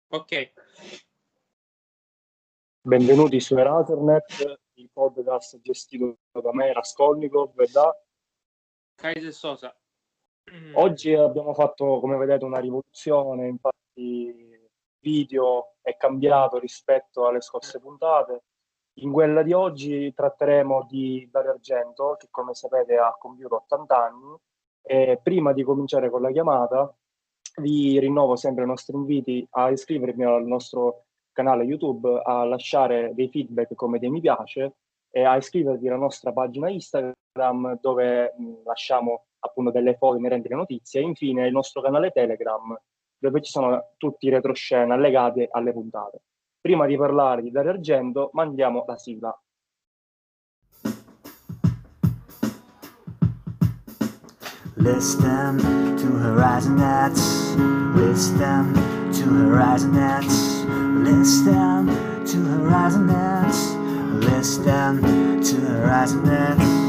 Ok, Benvenuti su Erasernet, il podcast gestito da me, Raskolnikov, e da... Kaiser Sosa. Oggi abbiamo fatto, come vedete, una rivoluzione, infatti il video è cambiato rispetto alle scorse puntate. In quella di oggi tratteremo di Dario Argento, che come sapete ha compiuto 80 anni, e prima di cominciare con la chiamata vi rinnovo sempre i nostri inviti a iscrivervi al nostro canale YouTube, a lasciare dei feedback come dei mi piace e a iscrivervi alla nostra pagina Instagram dove lasciamo appunto delle foto inerenti alle notizie e infine il nostro canale Telegram dove ci sono tutti i retroscena allegati alle puntate. Prima di parlare di Dario Argento, mandiamo la sigla. Listen to Horizon Nets. Listen to Horizon Nets. Listen to Horizon Nets. Listen to Horizon Nets.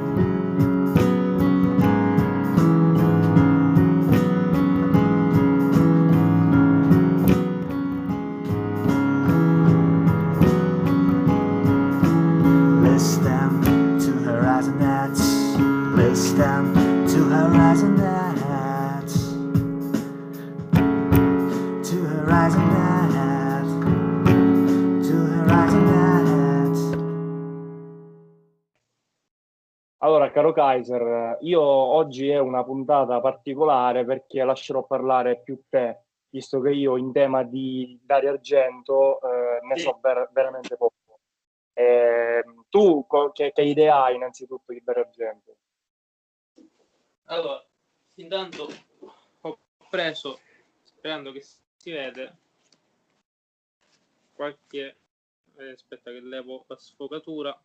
Listen to Horizon Nets. Listen to Horizon Nets. To Horizon Nets. To Horizon Nets. Allora, caro Kaiser, io oggi è una puntata particolare perché lascerò parlare più te, visto che io in tema di Dario Argento ne so veramente poco. Tu che idea hai innanzitutto di Dario Argento? Allora, intanto ho preso, sperando che si vede, qualche... aspetta che levo la sfocatura.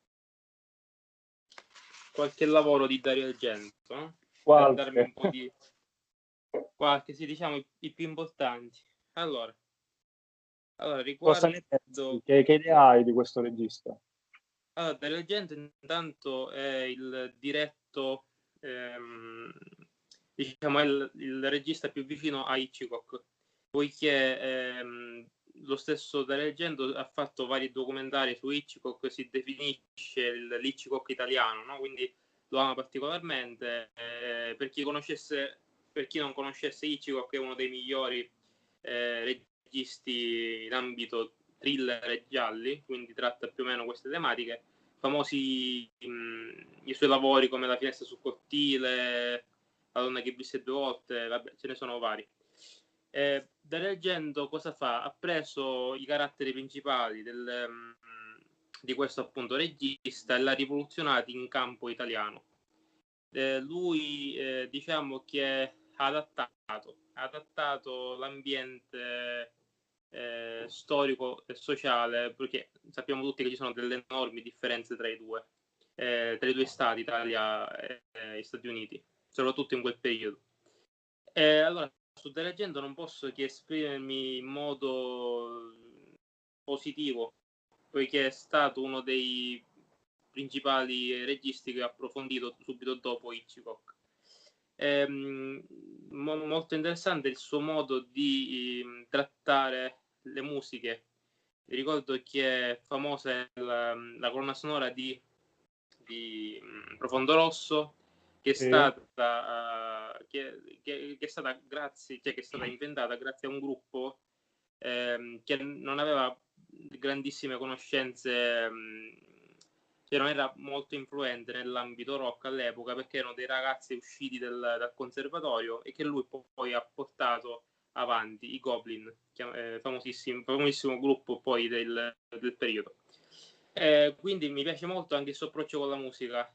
Qualche lavoro di Dario Argento, no? Per darmi un po' di... qualche, sì, diciamo i più importanti. Allora Cosa riguardo... ne pensi? Che idea hai di questo regista? Allora, Dario Argento intanto è il diretto, diciamo, è il regista più vicino a Hitchcock, poiché lo stesso Dario Argento ha fatto vari documentari su Hitchcock, si definisce l'Hitchcock italiano, no? Quindi lo ama particolarmente. Per chi non conoscesse Hitchcock, è uno dei migliori registi in ambito thriller e gialli, quindi tratta più o meno queste tematiche. Famosi i suoi lavori come La finestra sul cortile, La donna che visse 2 volte, vabbè, ce ne sono vari. Dario Argento cosa fa? Ha preso i caratteri principali di questo appunto regista e l'ha rivoluzionati in campo italiano. Lui diciamo che ha adattato l'ambiente storico e sociale, perché sappiamo tutti che ci sono delle enormi differenze tra i due stati, Italia e Stati Uniti, soprattutto in quel periodo. Allora, su Dario Argento non posso che esprimermi in modo positivo, poiché è stato uno dei principali registi che ho approfondito subito dopo Hitchcock. Molto interessante il suo modo di trattare le musiche. Vi ricordo che è famosa la colonna sonora di Profondo Rosso, che è stata che è stata grazie, cioè che è stata inventata grazie a un gruppo che non aveva grandissime conoscenze, cioè non era molto influente nell'ambito rock all'epoca, perché erano dei ragazzi usciti dal conservatorio e che lui poi ha portato avanti, i Goblin, famosissimo gruppo poi del periodo. Quindi mi piace molto anche il suo approccio con la musica.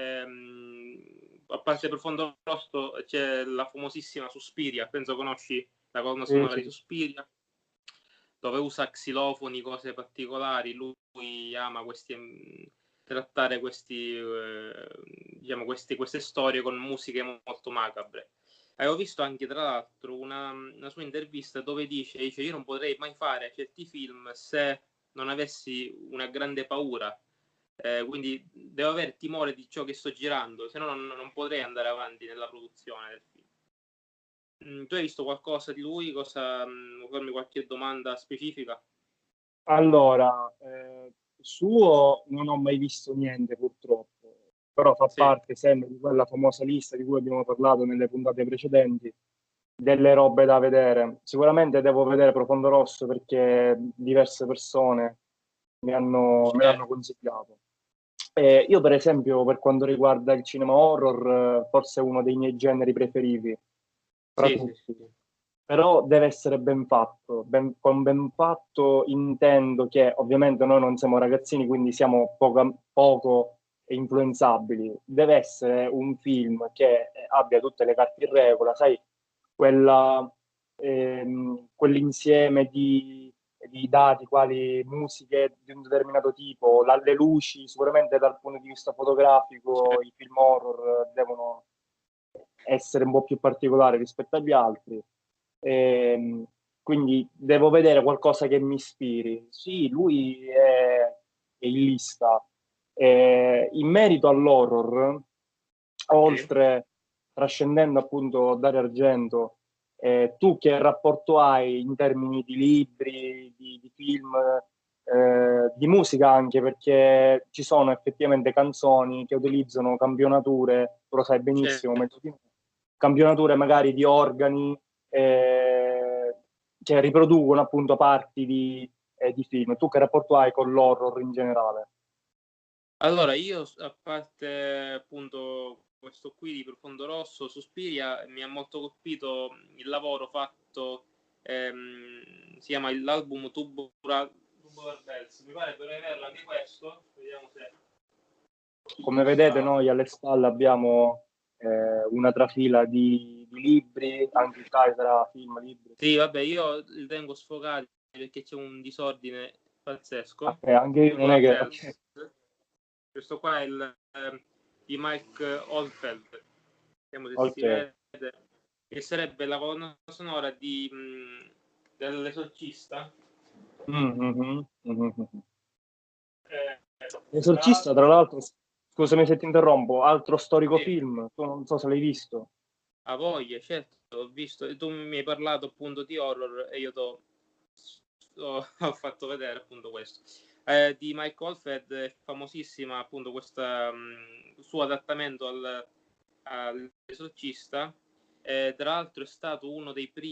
A parte Profondo Rosso c'è la famosissima Suspiria, penso conosci la colonna sonora di Suspiria, dove usa xilofoni, cose particolari. Lui ama trattare diciamo queste storie con musiche molto macabre. Avevo visto anche tra l'altro una sua intervista dove dice io non potrei mai fare certi film se non avessi una grande paura, quindi devo avere timore di ciò che sto girando, se no non potrei andare avanti nella produzione del film. tu hai visto qualcosa di lui? Vuoi farmi qualche domanda specifica? Allora, suo non ho mai visto niente purtroppo, però fa Sì, parte sempre di quella famosa lista di cui abbiamo parlato nelle puntate precedenti, delle robe da vedere. Sicuramente devo vedere Profondo Rosso perché diverse persone me l'hanno certo. consigliato. Io, per esempio, per quanto riguarda il cinema horror, forse è uno dei miei generi preferiti tra Sì, sì, tutti. Però deve essere ben fatto. Con ben fatto intendo che ovviamente noi non siamo ragazzini, quindi siamo poco influenzabili. Deve essere un film che abbia tutte le carte in regola, sai, quella, quell'insieme di dati, quali musiche di un determinato tipo, le luci, sicuramente dal punto di vista fotografico certo. i film horror devono essere un po' più particolari rispetto agli altri. Quindi devo vedere qualcosa che mi ispiri. Sì, è in lista. In merito all'horror, Sì. oltre trascendendo appunto Dario Argento, tu che rapporto hai in termini di libri, di film, di musica anche, perché ci sono effettivamente canzoni che utilizzano campionature, tu lo sai benissimo, meglio Certo. di me, campionature magari di organi che riproducono appunto parti di film. Tu che rapporto hai con l'horror in generale? Allora, io a parte appunto questo qui di Profondo Rosso, Suspiria, mi ha molto colpito il lavoro fatto, si chiama l'album Tubular Bells, mi pare dovrei averlo anche questo, vediamo se Come ci vedete, sta. noi alle spalle abbiamo una trafila di libri, anche il Kaiser film, libri. Sì, vabbè, io li tengo sfocati perché c'è un disordine pazzesco. Anche io non è Tubular che... Bells, questo qua è di Mike Oldfield, vediamo se si Ok. vede, che sarebbe la colonna sonora dell'Esorcista. Mhm, mhm. Eh, tra L'esorcista, tra l'altro, l'altro, scusami se ti interrompo, altro storico sì, film, tu non so se l'hai visto. a voglia, certo, ho visto, e tu mi hai parlato appunto di horror e io ho fatto vedere appunto questo. Di Mike Oldfield è famosissima appunto questo suo adattamento all'Esorcista. Tra l'altro è stato uno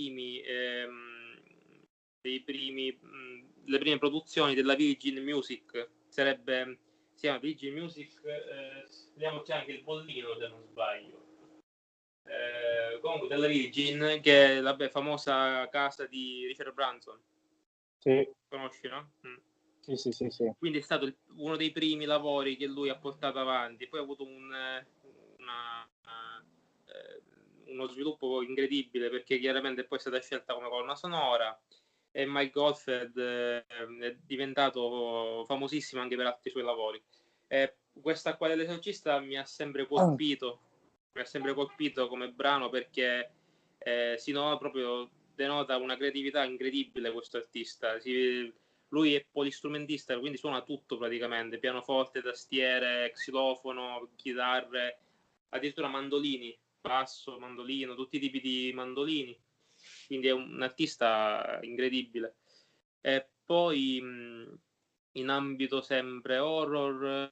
delle prime produzioni della Virgin Music, si chiama Virgin Music, vediamo c'è anche il bollino se non sbaglio. Comunque della Virgin, che è la famosa casa di Richard Branson, Sì, conosci, no? sì, sì, sì, sì. Quindi è stato uno dei primi lavori che lui ha portato avanti. Poi ha avuto uno sviluppo incredibile perché chiaramente poi è stata scelta come colonna sonora e Mike Goldfeld è diventato famosissimo anche per altri suoi lavori. Questa qua dell'Esorcista mi ha sempre colpito come brano perché denota una creatività incredibile questo artista. Lui è polistrumentista, quindi suona tutto praticamente, pianoforte, tastiere, xilofono, chitarre, addirittura mandolini, basso, mandolino, tutti i tipi di mandolini, quindi è un artista incredibile. E poi in ambito sempre horror,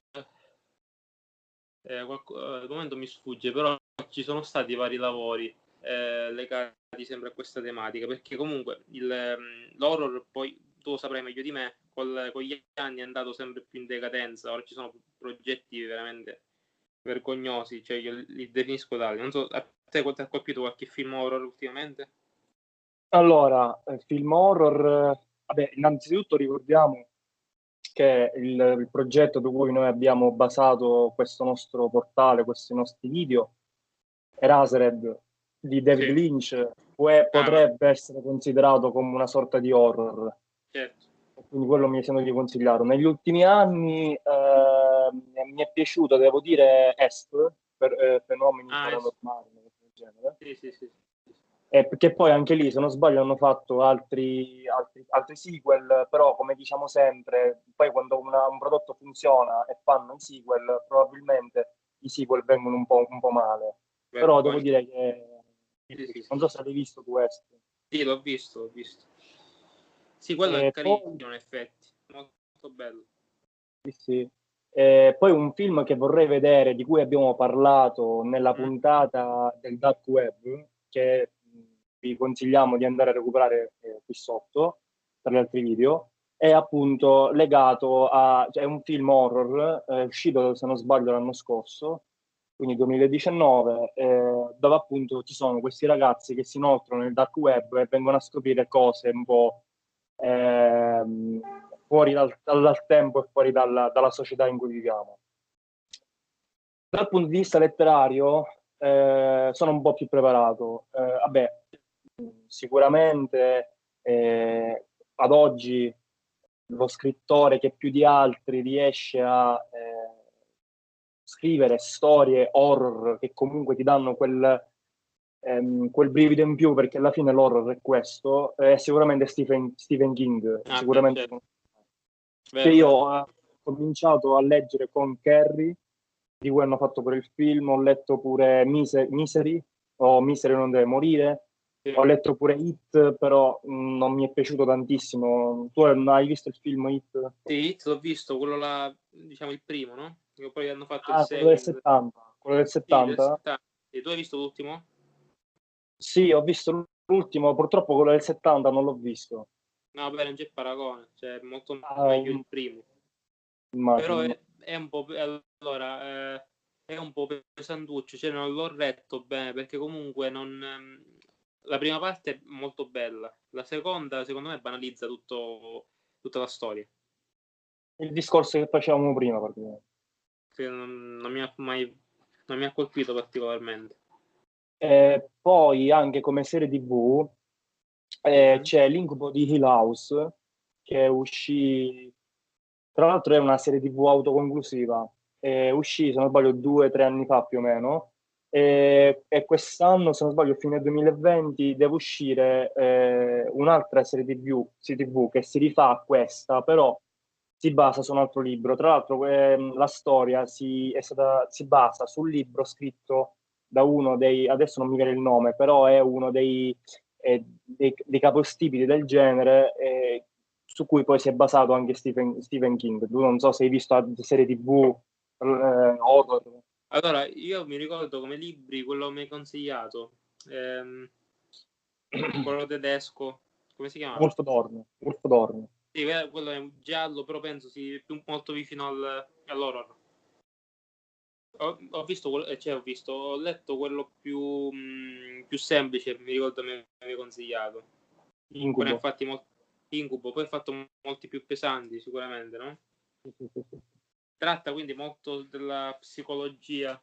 al momento mi sfugge, però ci sono stati vari lavori legati sempre a questa tematica, perché comunque l'horror, poi tu lo saprai meglio di me, con gli anni è andato sempre più in decadenza, ora ci sono progetti veramente vergognosi, cioè io li definisco tali. Non so, a te ti ha colpito qualche film horror ultimamente? Allora, film horror, vabbè, innanzitutto ricordiamo che il progetto su cui noi abbiamo basato questo nostro portale, questi nostri video, Eraserhead di David Sì. Lynch, Ah, potrebbe essere considerato come una sorta di horror. certo. Quindi quello mi sento di consigliarlo. Negli ultimi anni mi è piaciuto, devo dire, Est, per fenomeni Ah, paranormali, una cosa del genere. sì, sì, sì. Perché poi anche lì, se non sbaglio, hanno fatto altri sequel, però come diciamo sempre, poi quando un prodotto funziona e fanno i sequel, probabilmente i sequel vengono un po' male. Però devo Vergogna. dire che Sì. Non so se l'hai visto tu, questo. Sì, l'ho visto. Sì, quello è carino, in effetti, molto bello. Sì. Poi un film che vorrei vedere, di cui abbiamo parlato nella puntata del Dark Web, che vi consigliamo di andare a recuperare qui sotto per gli altri video, è appunto legato cioè è un film horror uscito, se non sbaglio, l'anno scorso, quindi 2019, dove appunto ci sono questi ragazzi che si inoltrano nel Dark Web e vengono a scoprire cose un po' fuori dal tempo e fuori dalla società in cui viviamo. Dal punto di vista letterario sono un po' più preparato. Vabbè, sicuramente ad oggi lo scrittore che più di altri riesce a scrivere storie horror che comunque ti danno quel brivido in più, perché alla fine l'horror è questo, è sicuramente Stephen King. Sicuramente. Certo. Che io ho cominciato a leggere con Carrie, di cui hanno fatto pure il film, ho letto pure Misery, o Misery non deve morire, Sì. ho letto pure It, però non mi è piaciuto tantissimo. Tu hai visto il film It? Sì, It l'ho visto, quello là, diciamo il primo, no? Che poi hanno fatto il Quello del seguito. 70. Quello del Sì, 70? del 70. E tu hai visto l'ultimo? Sì, ho visto l'ultimo, purtroppo quello del 70 non l'ho visto. No, vabbè, non c'è paragone, cioè è molto Ah, meglio il primo. Però immagino. è un po', allora, è un po' pesantuccio, cioè non l'ho retto bene perché comunque non, la prima parte è molto bella, la seconda secondo me banalizza tutta la storia. Il discorso che facevamo prima, praticamente. Che non mi ha colpito particolarmente. Poi anche come serie TV c'è l'Incubo di Hill House, che uscì, tra l'altro è una serie TV autoconclusiva, uscì se non sbaglio 2 o 3 anni fa più o meno, e quest'anno se non sbaglio fine 2020 deve uscire un'altra serie TV che si rifà a questa, però si basa su un altro libro. Tra l'altro la storia si basa sul libro scritto da uno adesso non mi viene il nome, però è uno dei capostipiti del genere, su cui poi si è basato anche Stephen King. Tu non so se hai visto la serie TV horror. Allora, io mi ricordo come libri quello che mi hai consigliato, quello tedesco, come si chiama? Wolf Dorn. Sì, quello è giallo, però penso sia molto vicino all'horror. Ho letto quello più semplice, mi ricordo mi avevi consigliato. Poi ne ha Incubo. fatti Incubo, poi ha fatto molti più pesanti sicuramente, no? Sì. Tratta quindi molto della psicologia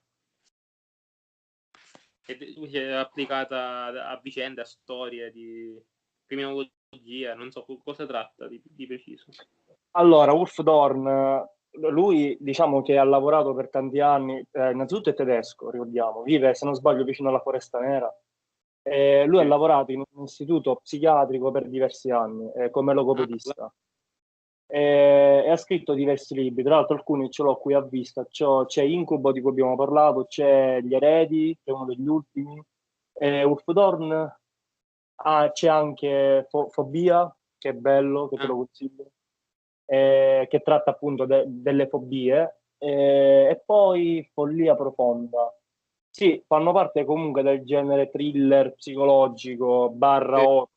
che è applicata a vicende, a storie di criminologia, non so cosa tratta di preciso. Allora, Wolf Dorn, lui diciamo che ha lavorato per tanti anni, innanzitutto è tedesco, ricordiamo, vive se non sbaglio vicino alla Foresta Nera. Lui ha lavorato in un istituto psichiatrico per diversi anni come logopedista e ha scritto diversi libri, tra l'altro alcuni ce l'ho qui a vista. C'è Incubo di cui abbiamo parlato, c'è Gli Eredi, che è uno degli ultimi, Wolf Dorn, c'è anche Fobia, che è bello, che te lo consiglio, che tratta appunto delle fobie, e poi Follia Profonda. Sì, fanno parte comunque del genere thriller psicologico barra horror.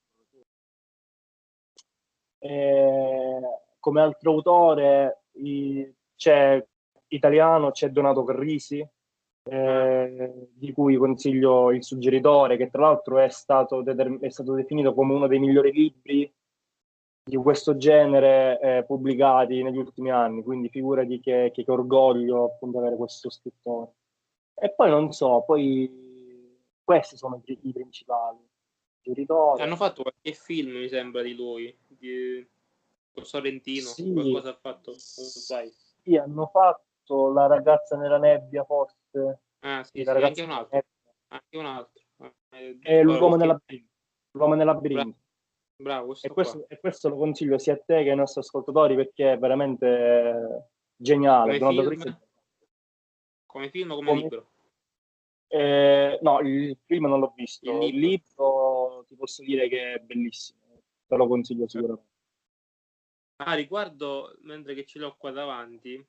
Come altro autore c'è italiano, c'è Donato Carrisi, di cui consiglio Il Suggeritore, che tra l'altro è stato definito come uno dei migliori libri di questo genere pubblicati negli ultimi anni, quindi figurati che orgoglio appunto avere questo scrittore. E poi non so, poi questi sono i principali. Suggeritore. Hanno fatto qualche film, mi sembra, di lui, con Sorrentino, Sì, qualcosa ha fatto, sai. sì, hanno fatto La ragazza nella nebbia, forse. Ah, Sì, sì, La sì, ragazza nella nebbia. anche un altro. E Allora, L'uomo nel ultimo, labirinto. L'uomo nel labirinto. bravo, E questo qua. questo lo consiglio sia a te che ai nostri ascoltatori, perché è veramente geniale. Come Donato film? Carrisi- Come film o come come, libro? No, il film non l'ho visto. Il Il libro ti posso dire che è bellissimo, te lo consiglio sicuramente. Riguardo, mentre che ce l'ho qua davanti,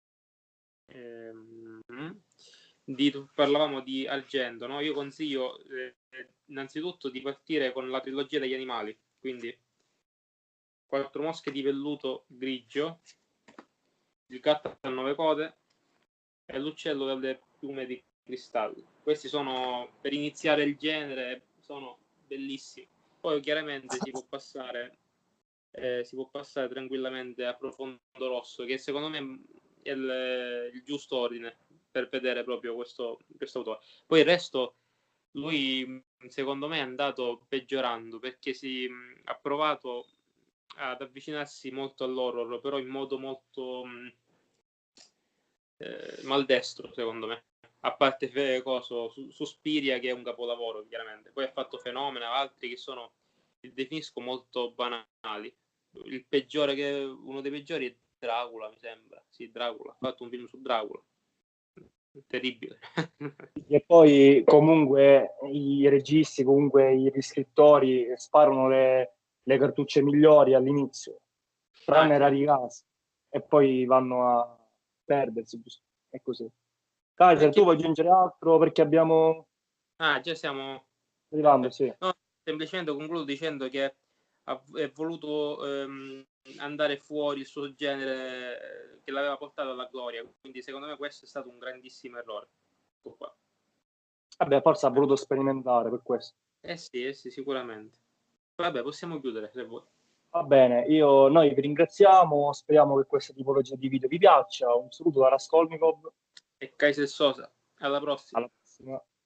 parlavamo di Argento, no? Io consiglio innanzitutto di partire con la trilogia degli animali, quindi 4 mosche di velluto grigio, il gatto a 9 code e l'uccello dalle piume di cristallo. Questi sono, per iniziare il genere, sono bellissimi. Poi chiaramente si può passare tranquillamente a Profondo Rosso, che secondo me è il giusto ordine per vedere proprio questo autore. Poi il resto, lui secondo me è andato peggiorando, perché ha provato ad avvicinarsi molto all'horror, però in modo molto maldestro, secondo me. A parte Suspiria, che è un capolavoro, chiaramente. Poi ha fatto Fenomena, altri che definisco molto banali. Uno dei peggiori è Dracula, mi sembra. Sì, Dracula. Ha fatto un film su Dracula. Terribile. E poi comunque i registi, comunque i riscrittori sparano le cartucce migliori all'inizio, tranne rari casi, e poi vanno a perdersi, giusto? È così. Kaiser, tu vuoi aggiungere altro? Perché abbiamo... Già stiamo arrivando, sì. No, semplicemente concludo dicendo che è voluto andare fuori il suo genere che l'aveva portato alla gloria, quindi secondo me questo è stato un grandissimo errore. Qua. Vabbè, forse ha voluto sperimentare per questo. Sì, sicuramente. Vabbè, possiamo chiudere se vuoi. Va bene, noi vi ringraziamo, speriamo che questa tipologia di video vi piaccia. Un saluto da Raskolnikov. E Kaiser Sosa, alla prossima. Alla prossima.